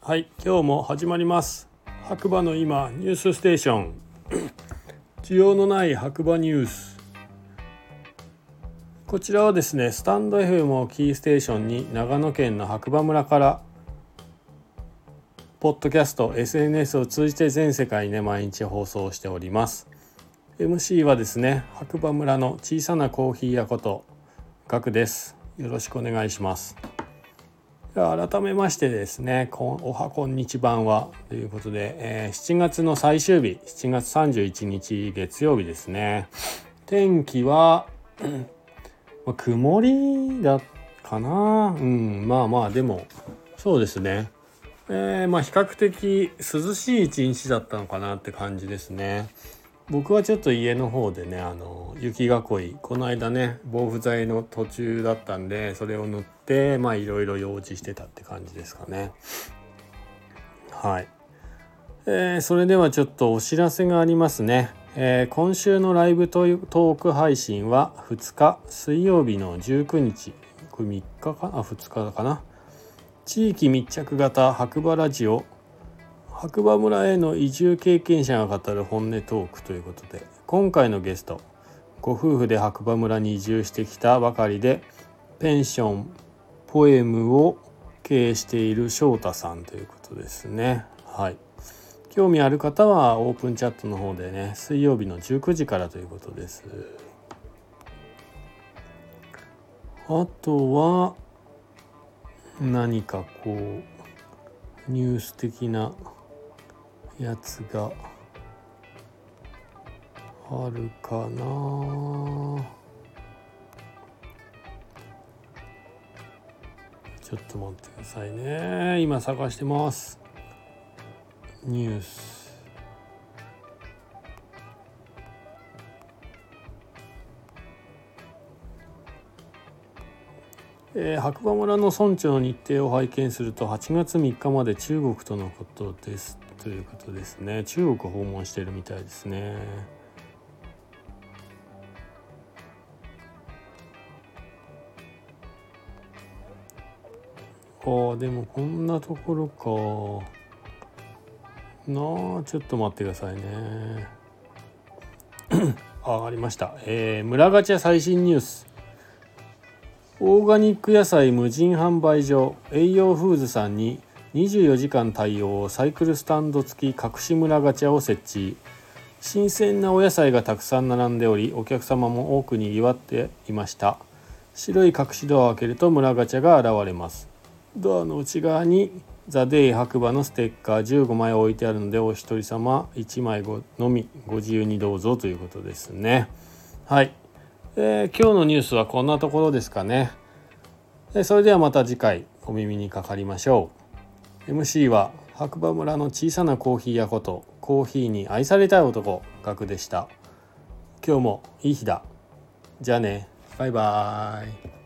はい、今日も始まります。白馬の今ニュースステーション需要のない白馬ニュース。こちらはですね、スタンド FM をキーステーションに長野県の白馬村からポッドキャスト SNS を通じて全世界に毎日放送しております。 MC はですね、白馬村の小さなコーヒー屋ことガクです。よろしくお願いします。改めましてですね、おはこんにちばんはということで、7月の最終日、7月31日月曜日ですね。天気は曇りだかな。まあでもそうですね、比較的涼しい一日だったのかなって感じですね。僕はちょっと家の方でね、雪囲い、この間ね防腐剤の途中だったんで、それを塗っていろいろ用事してたって感じですかね。はい、それではちょっとお知らせがありますね。今週のライブトーク配信は2日水曜日の19日、これ3日かな、2日かな。地域密着型白馬ラジオ、白馬村への移住経験者が語る本音トークということで、今回のゲスト、ご夫婦で白馬村に移住してきたばかりでペンションポエムを経営している翔太さんということですね。はい、興味ある方はオープンチャットの方でね、水曜日の19時からということです。あとは何かニュース的なやつがあるかな。ちょっと待ってくださいね、今探してます。ニュース、白馬村の村長の日程を拝見すると8月3日まで中国とのことですということですね。中国訪問しているみたいですね。でもこんなところかな。ちょっと待ってくださいね。ありました、村ガチャ最新ニュース。オーガニック野菜無人販売所栄養フーズさんに24時間対応サイクルスタンド付き隠し村ガチャを設置。新鮮なお野菜がたくさん並んでおり、お客様も多くにぎわっていました。白い隠しドアを開けると村ガチャが現れます。ドアの内側にザ・デイ白馬のステッカー15枚置いてあるので、お一人様1枚のみご自由にどうぞということですね。はい、今日のニュースはこんなところですかね。それではまた次回お耳にかかりましょう。 MC は白馬村の小さなコーヒー屋ことコーヒーに愛されたい男ガクでした。今日もいい日だ。じゃあね、バイバイ。